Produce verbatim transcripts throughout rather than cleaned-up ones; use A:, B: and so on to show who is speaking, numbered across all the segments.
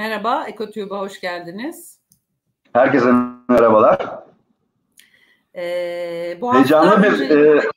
A: Merhaba, EkoTube'a hoş geldiniz.
B: Herkese merhabalar.
A: Ee, bu
B: Heyecanlı
A: hafta
B: bir
A: öncelikle...
B: e,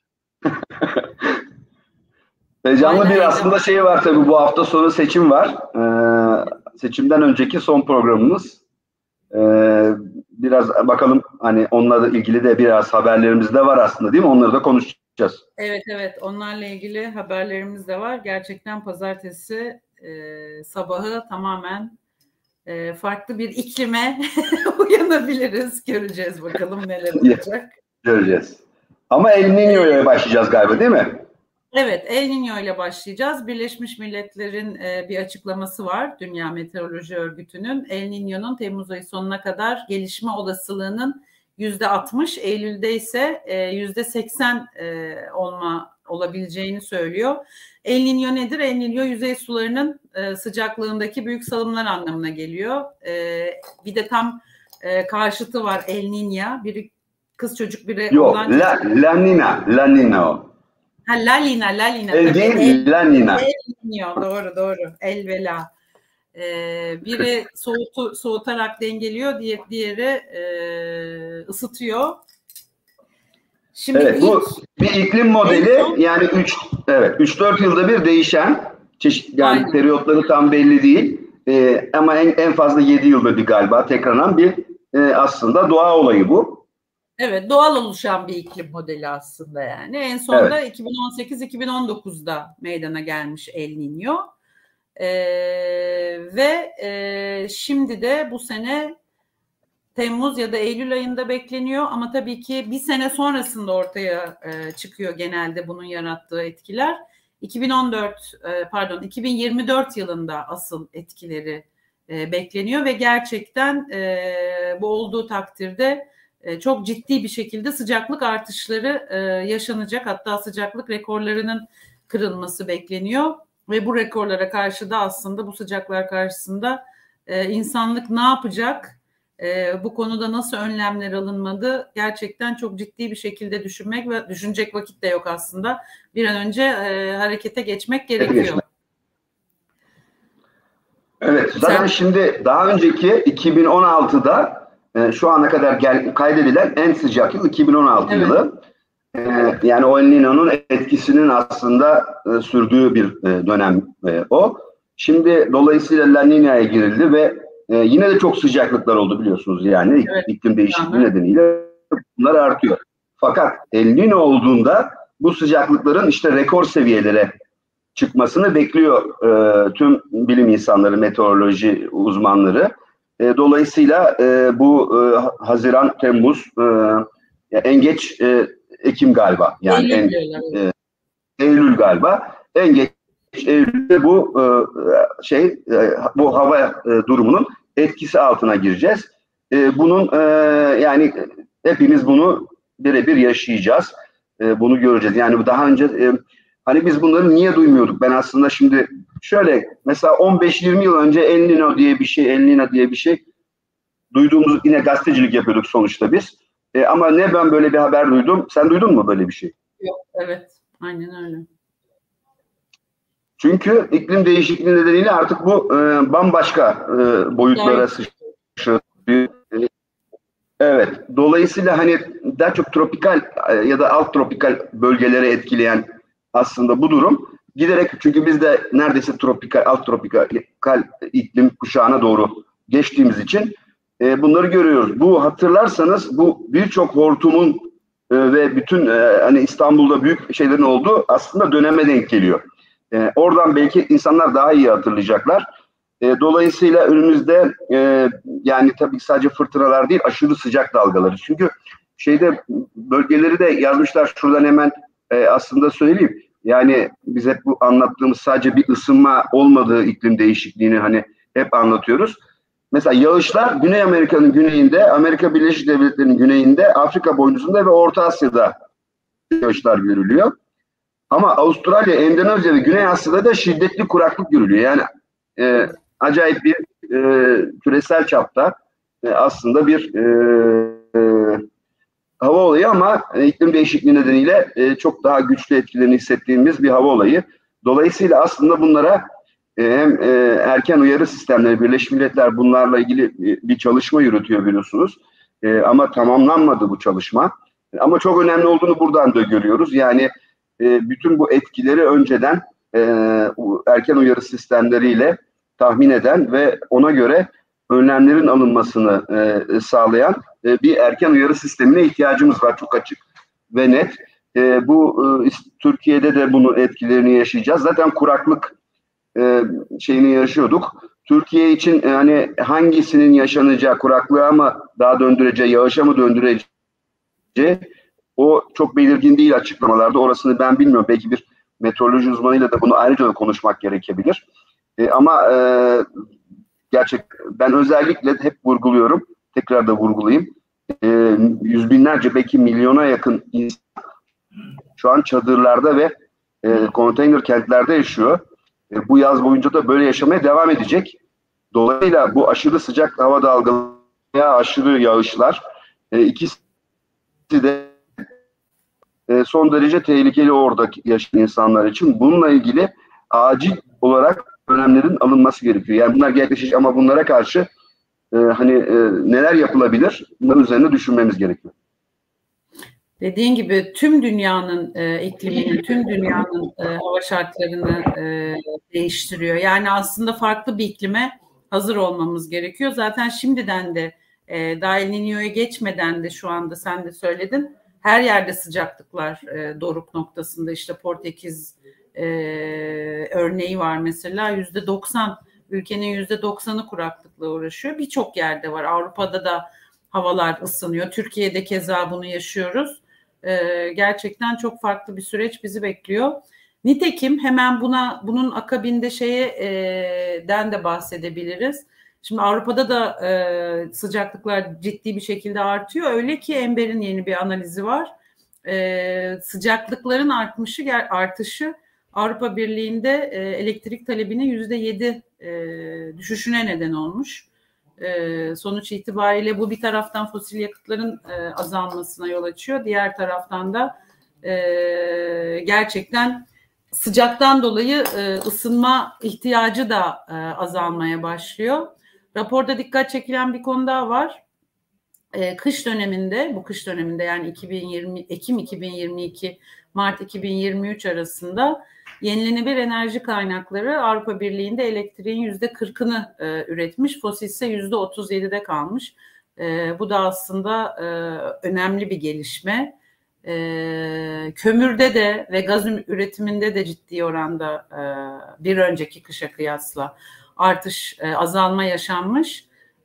B: heyecanlı
A: Hala
B: bir
A: heyecan.
B: aslında şey var tabii, bu hafta sonu seçim var. Ee, seçimden önceki son programımız. Ee, biraz bakalım, hani onunla ilgili de biraz haberlerimiz de var aslında, değil mi? Onları da konuşacağız.
A: Evet evet, onlarla ilgili haberlerimiz de var. Gerçekten pazartesi e, sabahı tamamen e, farklı bir iklime uyanabiliriz. Göreceğiz bakalım neler olacak.
B: Göreceğiz. Ama El Niño'ya başlayacağız galiba, değil mi?
A: Evet, El Niño ile başlayacağız. Birleşmiş Milletler'in e, bir açıklaması var. Dünya Meteoroloji Örgütü'nün El Niño'nun Temmuz ayı sonuna kadar gelişme olasılığının yüzde altmış, Eylül'de ise e, yüzde seksen e, olma olabileceğini söylüyor. El Niño nedir? El Niño yüzey sularının e, sıcaklığındaki büyük salımlar anlamına geliyor. E, bir de tam e, karşıtı var El Niña. Biri kız çocuk, biri
B: Yok,
A: oğlan çocuk.
B: La, La Nina, La Nina o.
A: Ha, La Lina, La Lina.
B: El
A: tabii.
B: değil,
A: El,
B: La Nina.
A: El Niño, doğru doğru. El ve La. Ee, biri soğutu, soğutarak dengeliyor, diğer, diğeri e, ısıtıyor. Şimdi
B: Evet,
A: ilk,
B: bu bir iklim modeli,
A: son,
B: yani üç evet üç dört yılda bir değişen, çeşit, yani
A: aynen.
B: periyotları tam belli değil. Ee, ama en, en fazla yedi yılda bir galiba tekrarlanan bir e, aslında doğa olayı bu.
A: Evet, doğal oluşan bir iklim modeli aslında yani. En son
B: Evet.
A: da iki bin on sekiz iki bin on dokuzda meydana gelmiş El Niño. Ee, ve e, şimdi de bu sene Temmuz ya da Eylül ayında bekleniyor, ama tabii ki bir sene sonrasında ortaya e, çıkıyor genelde bunun yarattığı etkiler. iki bin on dört e, pardon iki bin yirmi dört yılında asıl etkileri e, bekleniyor ve gerçekten e, bu olduğu takdirde e, çok ciddi bir şekilde sıcaklık artışları e, yaşanacak. Hatta sıcaklık rekorlarının kırılması bekleniyor ve bu rekorlara karşı da aslında bu sıcaklar karşısında e, insanlık ne yapacak? Ee, bu konuda nasıl önlemler alınmadı, gerçekten çok ciddi bir şekilde düşünmek ve düşünecek vakit de yok aslında. Bir an önce e, harekete geçmek gerekiyor.
B: Geçmek. Evet, zaten
A: Sen...
B: şimdi daha önceki iki bin on altıda e, şu ana kadar gel, kaydedilen en sıcak yıl iki bin on altı evet. yılı. E, yani o El Niño'nun etkisinin aslında e, sürdüğü bir e, dönem e, o. Şimdi dolayısıyla La Niña'ya girildi ve Ee, yine de çok sıcaklıklar oldu, biliyorsunuz yani. Evet. İklim değişikliği nedeniyle bunlar artıyor. Fakat El Niño olduğunda bu sıcaklıkların işte rekor seviyelere çıkmasını bekliyor e, tüm bilim insanları, meteoroloji uzmanları. E, dolayısıyla e, bu e, Haziran, Temmuz, e, en geç e, Ekim galiba. Yani
A: Eylül,
B: en, e, Eylül galiba. En geç Eylül'de bu e, şey e, bu hava e, durumunun etkisi altına gireceğiz. E, bunun e, yani hepimiz bunu birebir yaşayacağız. E, bunu göreceğiz. Yani daha önce e, hani biz bunları niye duymuyorduk? Ben aslında şimdi şöyle, mesela on beş yirmi yıl önce El Niño diye bir şey, El Niño diye bir şey duyduğumuz, yine gazetecilik yapıyorduk sonuçta biz. E, ama ne ben böyle bir haber duydum. Sen duydun mu böyle bir şey?
A: Yok, evet. Aynen öyle.
B: Çünkü iklim değişikliği nedeniyle artık bu e, bambaşka e, boyutlara sıçrıyor. Evet. Dolayısıyla hani daha çok tropikal e, ya da alt tropikal bölgelere etkileyen aslında bu durum giderek, çünkü biz de neredeyse tropikal, alt tropikal iklim kuşağına doğru geçtiğimiz için e, bunları görüyoruz. Bu, hatırlarsanız, bu birçok hortumun e, ve bütün e, hani İstanbul'da büyük şeylerin olduğu aslında döneme denk geliyor. E, oradan belki insanlar daha iyi hatırlayacaklar. E, dolayısıyla önümüzde e, yani tabii sadece fırtınalar değil, aşırı sıcak dalgaları. Çünkü şeyde bölgeleri de yazmışlar, şuradan hemen e, aslında söyleyeyim. Yani biz hep bu anlattığımız sadece bir ısınma olmadığı iklim değişikliğini hani hep anlatıyoruz. Mesela yağışlar Güney Amerika'nın güneyinde, Amerika Birleşik Devletleri'nin güneyinde, Afrika boynuzunda ve Orta Asya'da yağışlar görülüyor. Ama Avustralya, Endonezya ve Güney Asya'da da şiddetli kuraklık görülüyor. Yani e, acayip bir e, küresel çapta e, aslında bir e, e, hava olayı, ama e, iklim değişikliği nedeniyle e, çok daha güçlü etkilerini hissettiğimiz bir hava olayı. Dolayısıyla aslında bunlara hem erken uyarı sistemleri, Birleşmiş Milletler bunlarla ilgili bir çalışma yürütüyor biliyorsunuz. Ama tamamlanmadı bu çalışma. Ama çok önemli olduğunu buradan da görüyoruz. Yani bütün bu etkileri önceden erken uyarı sistemleriyle tahmin eden ve ona göre önlemlerin alınmasını sağlayan bir erken uyarı sistemine ihtiyacımız var, çok açık ve net. Bu Türkiye'de de bunun etkilerini yaşayacağız. Zaten kuraklık şeyini yaşıyorduk. Türkiye için yani hangisinin yaşanacağı, kuraklığa mı daha döndüreceği, yağışa mı döndüreceği o çok belirgin değil açıklamalarda. Orasını ben bilmiyorum. Belki bir meteoroloji uzmanıyla da bunu ayrıca da konuşmak gerekebilir. E, ama e, gerçek ben özellikle hep vurguluyorum. Tekrar da vurgulayayım. E, yüz binlerce belki milyona yakın insan şu an çadırlarda ve e, konteyner kentlerde yaşıyor. E, bu yaz boyunca da böyle yaşamaya devam edecek. Dolayısıyla bu aşırı sıcak hava dalgaları veya aşırı yağışlar e, ikisi de e, son derece tehlikeli orada yaşayan insanlar için. Bununla ilgili acil olarak önlemlerin alınması gerekiyor. Yani bunlar gerçekleşecek ama bunlara karşı e, hani e, neler yapılabilir? Bunların üzerine düşünmemiz gerekiyor.
A: Dediğin gibi tüm dünyanın e, iklimini, tüm dünyanın e, hava şartlarını e, değiştiriyor. Yani aslında farklı bir iklime hazır olmamız gerekiyor. Zaten şimdiden de e, daha El Niño'ya geçmeden de şu anda sen de söyledin. Her yerde sıcaklıklar e, doruk noktasında. İşte Portekiz e, örneği var mesela. yüzde doksan ülkenin yüzde doksanı kuraklıkla uğraşıyor. Birçok yerde var. Avrupa'da da havalar ısınıyor. Türkiye'de keza bunu yaşıyoruz. Ee, gerçekten çok farklı bir süreç bizi bekliyor. Nitekim hemen buna bunun akabinde şeye e, den de bahsedebiliriz. Şimdi Avrupa'da da e, sıcaklıklar ciddi bir şekilde artıyor. Öyle ki Ember'in yeni bir analizi var. E, sıcaklıkların artmışı artışı Avrupa Birliği'nde e, elektrik talebinin yüzde yedi e, düşüşüne neden olmuş. Ee, sonuç itibariyle bu bir taraftan fosil yakıtların e, azalmasına yol açıyor. Diğer taraftan da e, gerçekten sıcaktan dolayı e, ısınma ihtiyacı da e, azalmaya başlıyor. Raporda dikkat çekilen bir konu daha var. E, kış döneminde, bu kış döneminde yani iki bin yirmi, Ekim iki bin yirmi iki, Mart iki bin yirmi üç arasında yenilenebilir enerji kaynakları Avrupa Birliği'nde elektriğin yüzde kırkını e, üretmiş, fosil ise yüzde otuz yedide kalmış. E, bu da aslında e, önemli bir gelişme. E, kömürde de ve gaz üretiminde de ciddi oranda e, bir önceki kışa kıyasla artış, e, azalma yaşanmış.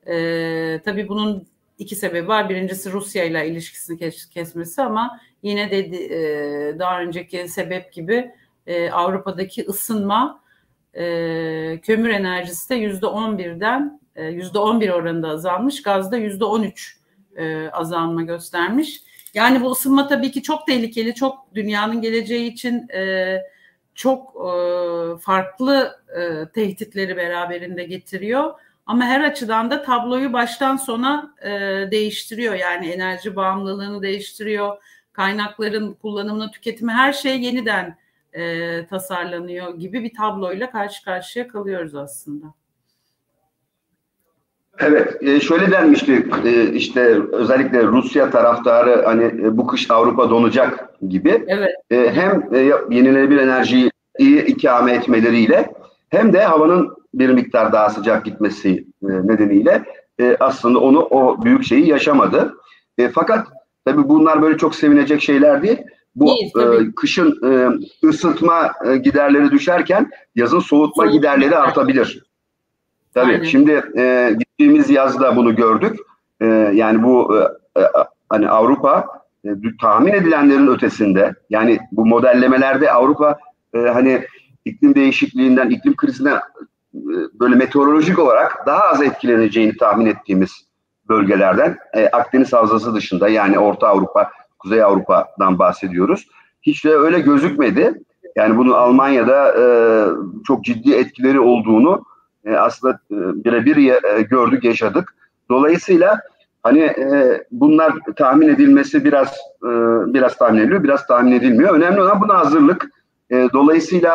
A: E, tabii bunun iki sebebi var. Birincisi Rusya ile ilişkisini kes, kesmesi ama yine de e, daha önceki sebep gibi e, Avrupa'daki ısınma e, kömür enerjisi de yüzde on birden e, yüzde on bir oranında azalmış. Gazda yüzde on üç e, azalma göstermiş. Yani bu ısınma tabii ki çok tehlikeli. Çok dünyanın geleceği için e, çok e, farklı e, tehditleri beraberinde getiriyor. Ama her açıdan da tabloyu baştan sona e, değiştiriyor. Yani enerji bağımlılığını değiştiriyor. Kaynakların kullanımını, tüketimi, her şey yeniden e, tasarlanıyor gibi bir tabloyla karşı karşıya kalıyoruz aslında.
B: Evet, e, şöyle denmişti e, işte özellikle Rusya taraftarı hani e, bu kış Avrupa donacak gibi.
A: Evet.
B: E, hem e, yenilenebilir enerjiyi iyi ikame etmeleriyle hem de havanın bir miktar daha sıcak gitmesi e, nedeniyle e, aslında onu o büyük şeyi yaşamadı. E, fakat tabii bunlar böyle çok sevinecek şeyler değil. Bu değil, e, kışın e, ısıtma e, giderleri düşerken yazın soğutma, soğutma giderleri artabilir. Tabii. Aynen. Şimdi e, gittiğimiz yazda bunu gördük. E, yani bu e, e, hani Avrupa e, tahmin edilenlerin ötesinde. Yani bu modellemelerde Avrupa e, hani iklim değişikliğinden, iklim krizinden e, böyle meteorolojik olarak daha az etkileneceğini tahmin ettiğimiz bölgelerden e, Akdeniz Havzası dışında yani Orta Avrupa, Kuzey Avrupa'dan bahsediyoruz. Hiç de öyle gözükmedi. Yani bunun Almanya'da e, çok ciddi etkileri olduğunu e, aslında e, birebir e, gördük, yaşadık. Dolayısıyla hani e, bunlar tahmin edilmesi biraz e, biraz tahmin ediliyor, biraz tahmin edilmiyor. Önemli olan buna hazırlık. E, dolayısıyla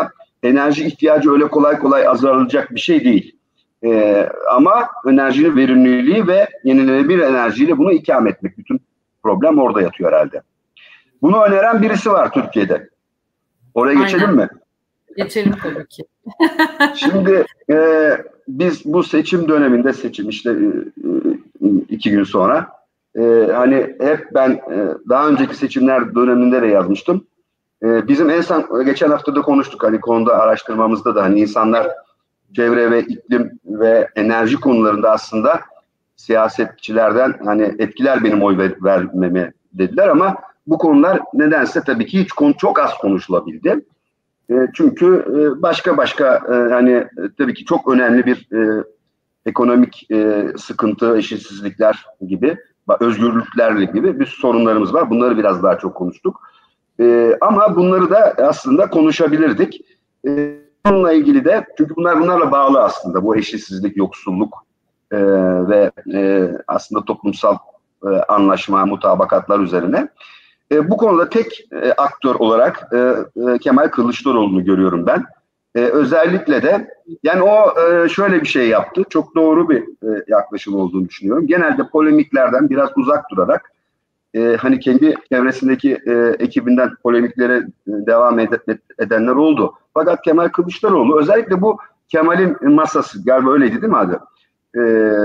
B: enerji ihtiyacı öyle kolay kolay azalacak bir şey değil. E, ama enerjinin verimliliği ve yenilenebilir enerjiyle bunu ikame etmek. Bütün problem orada yatıyor herhalde. Bunu öneren birisi var Türkiye'de. Oraya
A: Aynen.
B: geçelim mi?
A: Geçelim tabii ki.
B: Şimdi e, biz bu seçim döneminde, seçim işte e, iki gün sonra e, hani hep ben e, daha önceki seçimler döneminde de yazmıştım. E, bizim en son geçen hafta da konuştuk hani konuda araştırmamızda da hani insanlar çevre ve iklim ve enerji konularında aslında siyasetçilerden hani etkiler benim oy ver, vermemi dediler ama bu konular nedense tabii ki hiç konu çok az konuşulabildi. E, çünkü e, başka başka e, hani e, tabii ki çok önemli bir e, ekonomik e, sıkıntı, eşitsizlikler gibi, özgürlüklerle gibi bir sorunlarımız var. Bunları biraz daha çok konuştuk. E, ama bunları da aslında konuşabilirdik. E, bununla ilgili de çünkü bunlar bunlarla bağlı aslında bu eşitsizlik, yoksulluk e, ve e, aslında toplumsal e, anlaşma, mutabakatlar üzerine. E, bu konuda tek e, aktör olarak e, e, Kemal Kılıçdaroğlu'nu görüyorum ben. E, özellikle de yani o e, şöyle bir şey yaptı. Çok doğru bir e, yaklaşım olduğunu düşünüyorum. Genelde polemiklerden biraz uzak durarak e, hani kendi çevresindeki e, ekibinden polemiklere e, devam ed- edenler oldu. Fakat Kemal Kılıçdaroğlu özellikle bu Kemal'in masası galiba öyleydi değil mi adı? E,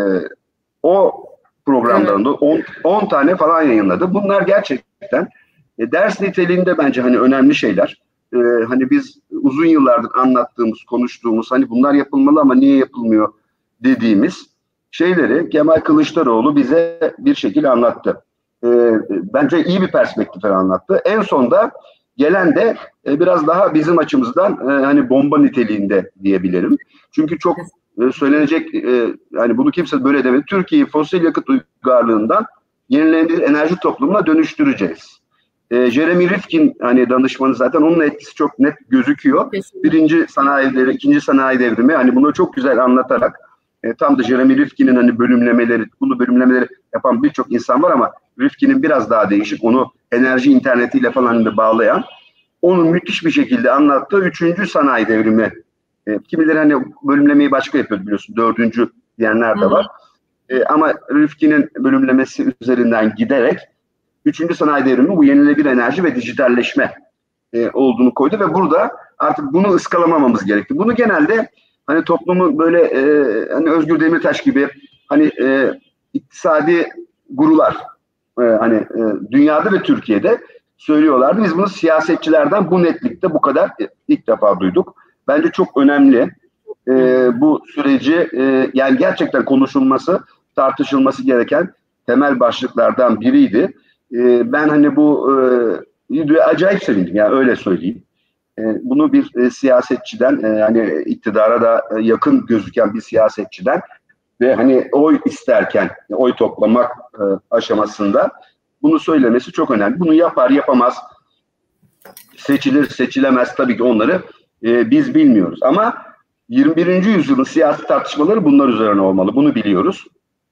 B: o programlarında on tane falan yayınladı. Bunlar gerçekten e, ders niteliğinde bence hani önemli şeyler. E, hani biz uzun yıllardır anlattığımız, konuştuğumuz hani bunlar yapılmalı ama niye yapılmıyor dediğimiz şeyleri Kemal Kılıçdaroğlu bize bir şekilde anlattı. E, bence iyi bir perspektifle anlattı. En sonda gelen de e, biraz daha bizim açımızdan e, hani bomba niteliğinde diyebilirim. Çünkü çok e, söylenecek e, yani bunu kimse böyle demedi. Türkiye'yi fosil yakıt uygarlığından yenilenebilir enerji toplumuna dönüştüreceğiz. E, Jeremy Rifkin hani danışmanı zaten onun etkisi çok net gözüküyor. Kesinlikle. Birinci sanayi devrimi, ikinci sanayi devrimi hani bunu çok güzel anlatarak e, tam da Jeremy Rifkin'in hani bölümlemeleri, bunu bölümlemeleri yapan birçok insan var ama Rifkin'in biraz daha değişik. Onu enerji internetiyle falan da bağlayan, onun müthiş bir şekilde anlattığı üçüncü sanayi devrimi. E, kimileri hani bölümlemeyi başka yapıyor biliyorsun. Dördüncü diyenler de var. E, ama Rifkin'in bölümlemesi üzerinden giderek üçüncü sanayi devrimi bu yenilenebilir enerji ve dijitalleşme e, olduğunu koydu ve burada artık bunu ıskalamamamız gerekti. Bunu genelde hani toplumun böyle e, hani Özgür Demirtaş gibi hani e, iktisadi gurular e, hani e, dünyada ve Türkiye'de söylüyorlardı. Biz bunu siyasetçilerden bu netlikte bu kadar e, ilk defa duyduk. Bence çok önemli. E, bu süreci e, yani gerçekten konuşulması, tartışılması gereken temel başlıklardan biriydi. E, ben hani bu e, acayip sevindim yani öyle söyleyeyim. E, bunu bir e, siyasetçiden e, hani iktidara da e, yakın gözüken bir siyasetçiden ve hani oy isterken oy toplamak e, aşamasında bunu söylemesi çok önemli. Bunu yapar yapamaz, seçilir seçilemez tabii ki onları e, biz bilmiyoruz. Ama yirmi birinci yüzyılın siyasi tartışmaları bunlar üzerine olmalı. Bunu biliyoruz.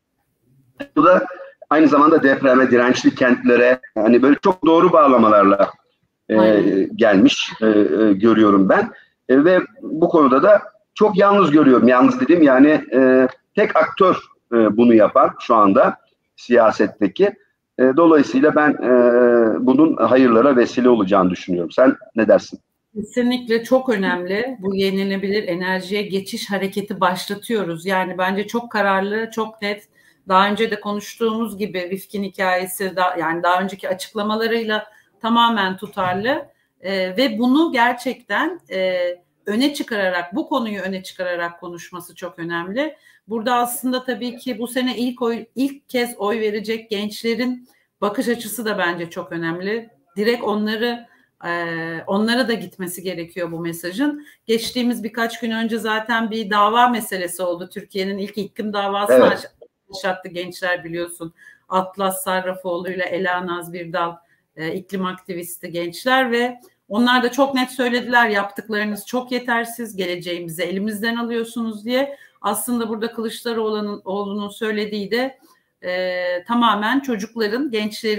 B: Bu da aynı zamanda depreme, dirençli kentlere hani böyle çok doğru bağlamalarla e, gelmiş e, e, görüyorum ben. E, ve bu konuda da çok yalnız görüyorum. Yalnız dediğim yani e, tek aktör e, bunu yapan şu anda siyasetteki. E, dolayısıyla ben e, bunun hayırlara vesile olacağını düşünüyorum. Sen ne dersin?
A: Kesinlikle çok önemli. Bu yenilenebilir enerjiye geçiş hareketi başlatıyoruz. Yani bence çok kararlı, çok net. Daha önce de konuştuğumuz gibi Rifkin hikayesi, da, yani daha önceki açıklamalarıyla tamamen tutarlı e, ve bunu gerçekten e, öne çıkararak, bu konuyu öne çıkararak konuşması çok önemli. Burada aslında tabii ki bu sene ilk oy, ilk kez oy verecek gençlerin bakış açısı da bence çok önemli. Direkt onları Ee, onlara da gitmesi gerekiyor bu mesajın. Geçtiğimiz birkaç gün önce zaten bir dava meselesi oldu. Türkiye'nin ilk iklim davasını evet. başlattı gençler biliyorsun. Atlas Sarrafoğlu ile Ela Naz Birdal e, iklim aktivisti gençler ve onlar da çok net söylediler yaptıklarınız çok yetersiz, geleceğimizi elimizden alıyorsunuz diye. Aslında burada Kılıçdaroğlu'nun oğlunun söylediği de e, tamamen çocukların, gençlerin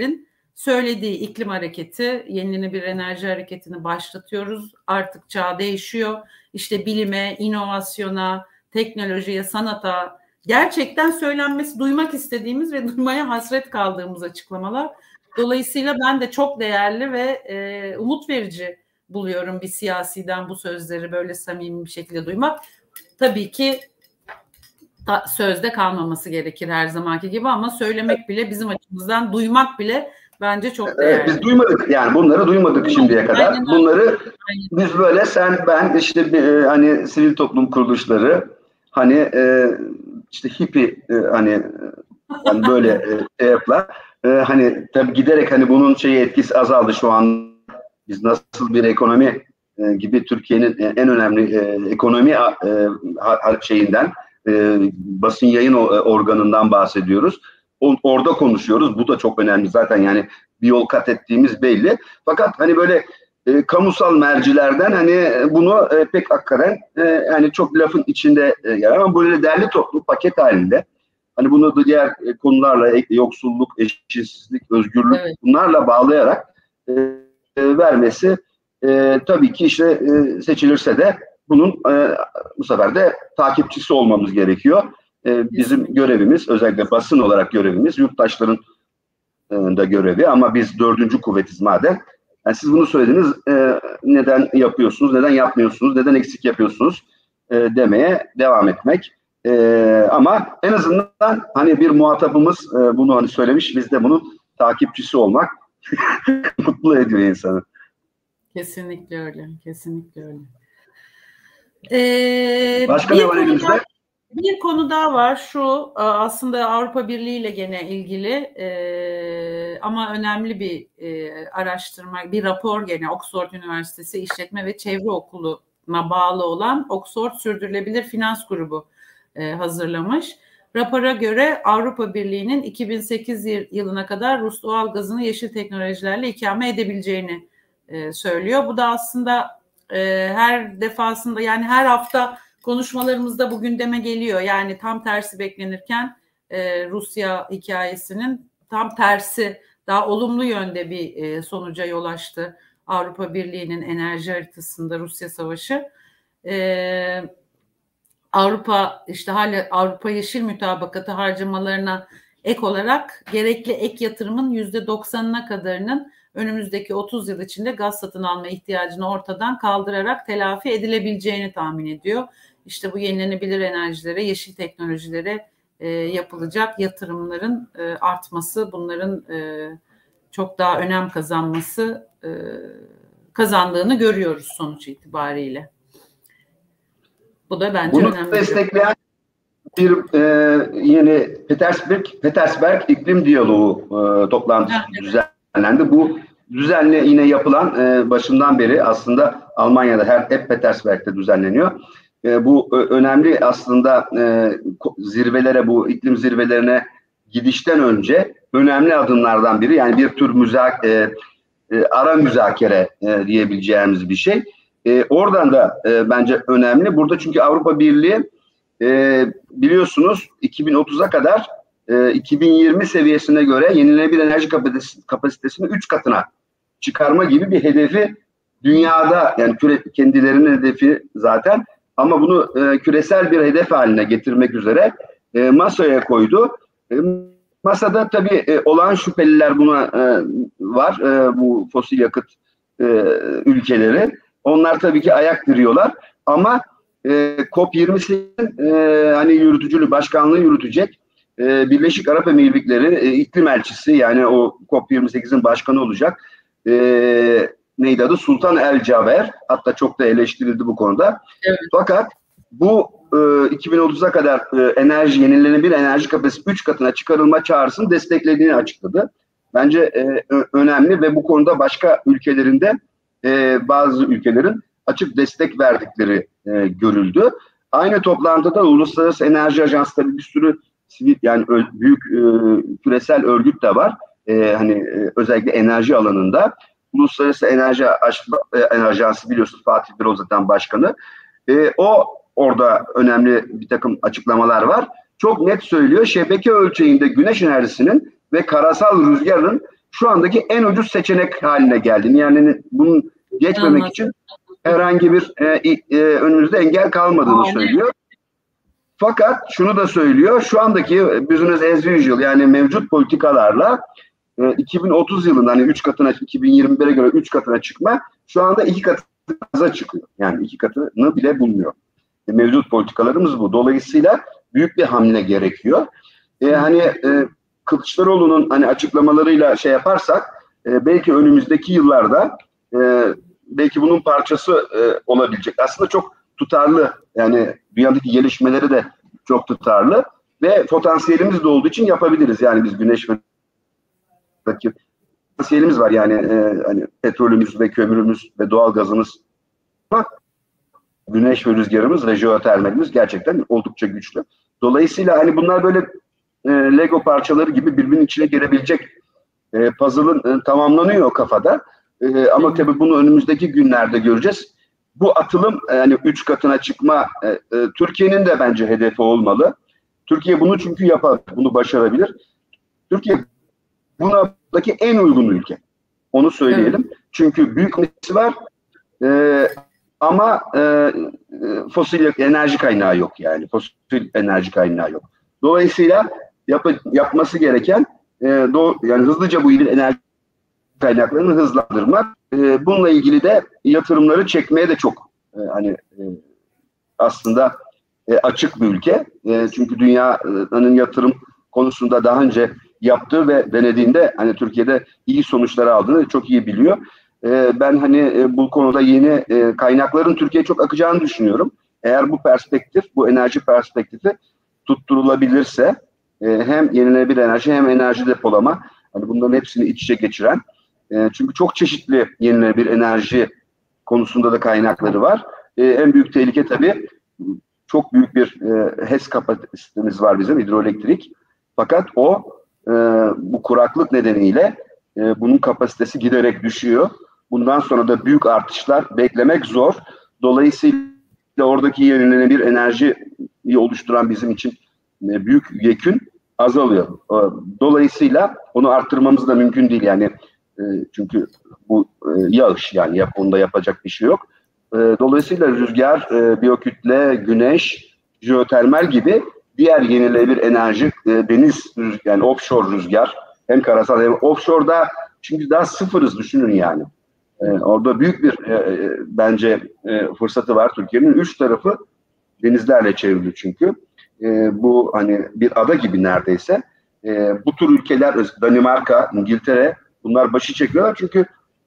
A: söylediği iklim hareketi, yenilenebilir enerji hareketini başlatıyoruz. Artık çağ değişiyor. İşte bilime, inovasyona, teknolojiye, sanata gerçekten söylenmesi, duymak istediğimiz ve duymaya hasret kaldığımız açıklamalar. Dolayısıyla ben de çok değerli ve e, umut verici buluyorum bir siyasiden bu sözleri böyle samimi bir şekilde duymak. Tabii ki ta, sözde kalmaması gerekir her zamanki gibi ama söylemek bile bizim açımızdan, duymak bile bence çok değerli.
B: Evet, biz duymadık yani bunları duymadık, duymadık şimdiye kadar. Aynen. Bunları Aynen. Biz böyle sen ben işte e, hani sivil toplum kuruluşları hani e, işte hippie e, hani hani böyle e, şey yaplar. E, hani tabii giderek hani bunun şeyi etkisi azaldı şu an. Biz nasıl bir ekonomi e, gibi Türkiye'nin en önemli e, ekonomi e, şeyinden e, basın yayın organından bahsediyoruz. O, orada konuşuyoruz. Bu da çok önemli zaten yani bir yol kat ettiğimiz belli. Fakat hani böyle e, kamusal mercilerden hani bunu e, pek hakikaten e, yani çok lafın içinde e, yer ama böyle derli toplu paket halinde hani bunu da diğer e, konularla yoksulluk, eşitsizlik, özgürlük evet. bunlarla bağlayarak e, e, vermesi e, tabii ki işte e, seçilirse de bunun e, bu sefer de takipçisi olmamız gerekiyor. E, bizim görevimiz özellikle basın olarak görevimiz yurttaşların e, da görevi ama biz dördüncü kuvvetiz madem. Yani siz bunu söylediniz e, neden yapıyorsunuz, neden yapmıyorsunuz, neden eksik yapıyorsunuz e, demeye devam etmek. E, ama en azından hani bir muhatabımız e, bunu hani söylemiş biz de bunun takipçisi olmak mutlu ediyor insanı.
A: Kesinlikle öyle, kesinlikle öyle. Ee,
B: Başka ne var elimizde?
A: Bir konu daha var şu aslında Avrupa Birliği ile gene ilgili e, ama önemli bir e, araştırma, bir rapor gene Oxford Üniversitesi İşletme ve Çevre Okulu'na bağlı olan Oxford Sürdürülebilir Finans Grubu e, hazırlamış. Rapora göre Avrupa Birliği'nin iki bin sekiz yılına kadar Rus doğal gazını yeşil teknolojilerle ikame edebileceğini e, söylüyor. Bu da aslında e, her defasında yani her hafta konuşmalarımızda bu gündeme geliyor. Yani tam tersi beklenirken e, Rusya hikayesinin tam tersi daha olumlu yönde bir e, sonuca yol açtı. Avrupa Birliği'nin enerji haritasında Rusya Savaşı. E, Avrupa işte hala Avrupa Yeşil Mütabakatı harcamalarına ek olarak gerekli ek yatırımın yüzde doksanına kadarının önümüzdeki otuz yıl içinde gaz satın alma ihtiyacını ortadan kaldırarak telafi edilebileceğini tahmin ediyor. İşte bu yenilenebilir enerjilere, yeşil teknolojilere e, yapılacak yatırımların e, artması, bunların e, çok daha önem kazanması, e, kazandığını görüyoruz sonuç itibariyle. Bu da bence
B: bunu
A: önemli.
B: Bunu destekleyen bir e, yeni Petersberg, Petersberg İklim Diyaloğu e, toplantısı evet. düzenlendi. Bu düzenli yine yapılan e, başından beri aslında Almanya'da her hep Petersberg'te düzenleniyor. E, bu ö, önemli aslında e, zirvelere, bu iklim zirvelerine gidişten önce önemli adımlardan biri. Yani bir tür müzak e, e, ara müzakere e, diyebileceğimiz bir şey. E, oradan da e, bence önemli. Burada çünkü Avrupa Birliği e, biliyorsunuz iki bin otuza kadar e, iki bin yirmi seviyesine göre yenilenebilir enerji kapasitesi, kapasitesini üç katına çıkarma gibi bir hedefi dünyada yani küre, kendilerinin hedefi zaten ama bunu e, küresel bir hedef haline getirmek üzere e, masaya koydu. E, masada tabii e, olan şüpheliler buna e, var. E, bu fosil yakıt e, ülkeleri. Onlar tabii ki ayak diriyorlar ama e, COP yirmi sekizin e, hani yürütücülü başkanlığı yürütecek e, Birleşik Arap Emirlikleri e, iklim elçisi yani o COP yirmi sekizin başkanı olacak. E, neydi adı? Sultan El Caber. Hatta çok da eleştirildi bu konuda. Evet. Fakat bu e, iki bin otuza kadar e, enerji yenilenebilir enerji kapasitesi üç katına çıkarılma çağrısını desteklediğini açıkladı. Bence e, önemli ve bu konuda başka ülkelerinde e, bazı ülkelerin açık destek verdikleri e, görüldü. Aynı toplantıda Uluslararası Enerji Ajansı tabii bir sürü sivil yani ö, büyük e, küresel örgüt de var. E, hani e, özellikle enerji alanında. Uluslararası Enerji Ajansı biliyorsunuz Fatih Birol zaten başkanı. E, o orada önemli bir takım açıklamalar var. Çok net söylüyor. Şebeke ölçeğinde güneş enerjisinin ve karasal rüzgarın şu andaki en ucuz seçenek haline geldi. Yani bunun geçmemek Anladım. için herhangi bir e, e, önümüzde engel kalmadığını Aynen. söylüyor. Fakat şunu da söylüyor, şu andaki business as usual yani mevcut politikalarla e, iki bin otuz yılında hani üç katına, iki bin yirmi bire göre üç katına çıkma şu anda iki katına çıkıyor. Yani iki katını bile bulmuyor. E, mevcut politikalarımız bu. Dolayısıyla büyük bir hamle gerekiyor. E, hani e, Kılıçdaroğlu'nun hani açıklamalarıyla şey yaparsak e, belki önümüzdeki yıllarda e, belki bunun parçası e, olabilecek. Aslında çok tutarlı yani dünyadaki gelişmeleri de çok tutarlı ve potansiyelimiz de olduğu için yapabiliriz. Yani biz güneş ve potansiyelimiz var yani e, hani petrolümüz ve kömürümüz ve doğal gazımız ama güneş ve rüzgarımız ve jeotermalimiz gerçekten oldukça güçlü. Dolayısıyla hani bunlar böyle e, Lego parçaları gibi birbirinin içine girebilecek e, puzzle'ın e, tamamlanıyor kafada. E, ama tabii bunu önümüzdeki günlerde göreceğiz. Bu atılım yani üç katına çıkma e, e, Türkiye'nin de bence hedefi olmalı. Türkiye bunu çünkü yapar, bunu başarabilir. Türkiye bunadaki en uygun ülke. Onu söyleyelim. Evet. Çünkü büyük nesi var e, ama e, fosil enerji kaynağı yok yani. Fosil enerji kaynağı yok. Dolayısıyla yap, yapması gereken e, do, yani hızlıca bu ilin enerji kaynaklarını hızlandırmak. E, bununla ilgili de yatırımları çekmeye de çok e, hani e, aslında e, açık bir ülke. E, çünkü dünyanın yatırım konusunda daha önce yaptığı ve denediğinde hani Türkiye'de iyi sonuçlar aldığını çok iyi biliyor. E, ben hani e, bu konuda yeni e, kaynakların Türkiye'ye çok akacağını düşünüyorum. Eğer bu perspektif, bu enerji perspektifi tutturulabilirse e, hem yenilenebilir enerji hem enerji depolama hani bunların hepsini iç içe geçiren e, çünkü çok çeşitli yenilenebilir enerji konusunda da kaynakları var. E, en büyük tehlike tabii çok büyük bir e, H E S kapasitemiz var bizim hidroelektrik. Fakat o e, bu kuraklık nedeniyle e, bunun kapasitesi giderek düşüyor. Bundan sonra da büyük artışlar beklemek zor. Dolayısıyla oradaki yenilenebilir enerjiyi oluşturan bizim için e, büyük yekün azalıyor. E, dolayısıyla onu arttırmamız da mümkün değil yani e, çünkü bu e, yağış yani yap, onda yapacak bir şey yok. E, dolayısıyla rüzgar, e, biyokütle, güneş, jeotermal gibi diğer yenilenebilir enerji, e, deniz yani offshore rüzgar hem karasal hem offshore'da çünkü daha sıfırız düşünün yani. E, orada büyük bir e, e, bence e, fırsatı var Türkiye'nin. Üç tarafı denizlerle çevrili çünkü. E, bu hani bir ada gibi neredeyse. E, bu tür ülkeler Danimarka, İngiltere bunlar başı çekiyorlar çünkü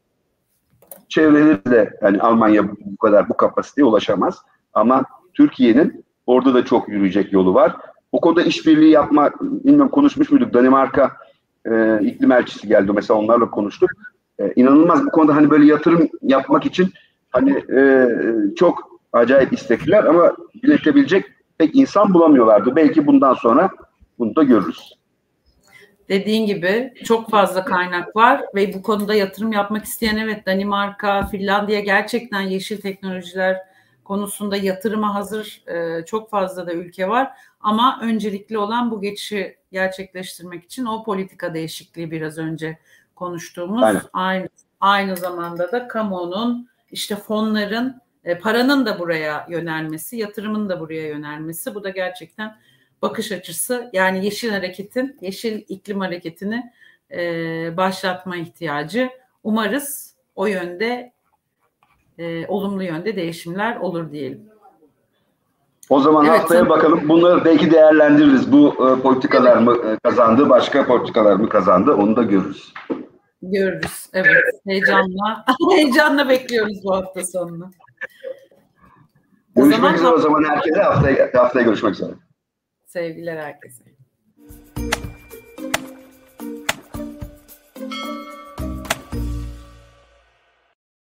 B: çevreleri de yani Almanya bu kadar bu kapasiteye ulaşamaz. Ama Türkiye'nin orada da çok yürüyecek yolu var. O konuda işbirliği yapma, bilmiyorum konuşmuş muyduk? Danimarka e, iklim elçisi geldi mesela onlarla konuştuk. E, inanılmaz bu konuda hani böyle yatırım yapmak için hani e, çok acayip istekliler ama iletebilecek pek insan bulamıyorlardı. Belki bundan sonra bunu da görürüz.
A: Dediğin gibi çok fazla kaynak var ve bu konuda yatırım yapmak isteyen evet Danimarka, Finlandiya gerçekten yeşil teknolojiler konusunda yatırıma hazır e, çok fazla da ülke var. Ama öncelikli olan bu geçişi gerçekleştirmek için o politika değişikliği biraz önce konuştuğumuz Aynen. aynı aynı zamanda da kamunun işte fonların e, paranın da buraya yönelmesi, yatırımın da buraya yönelmesi bu da gerçekten bakış açısı yani yeşil hareketin, yeşil iklim hareketini e, başlatma ihtiyacı. Umarız o yönde e, olumlu yönde değişimler olur diyelim.
B: O zaman evet, haftaya tabii. Bakalım bunları belki değerlendiririz. Bu e, politikalar mı e, kazandı, başka politikalar mı kazandı onu da görürüz.
A: Görürüz. Evet. Heyecanla heyecanla bekliyoruz bu hafta sonunu.
B: Görüşmek o zaman, üzere o zaman herkese haftaya, haftaya görüşmek üzere.
A: Sevgiler herkese.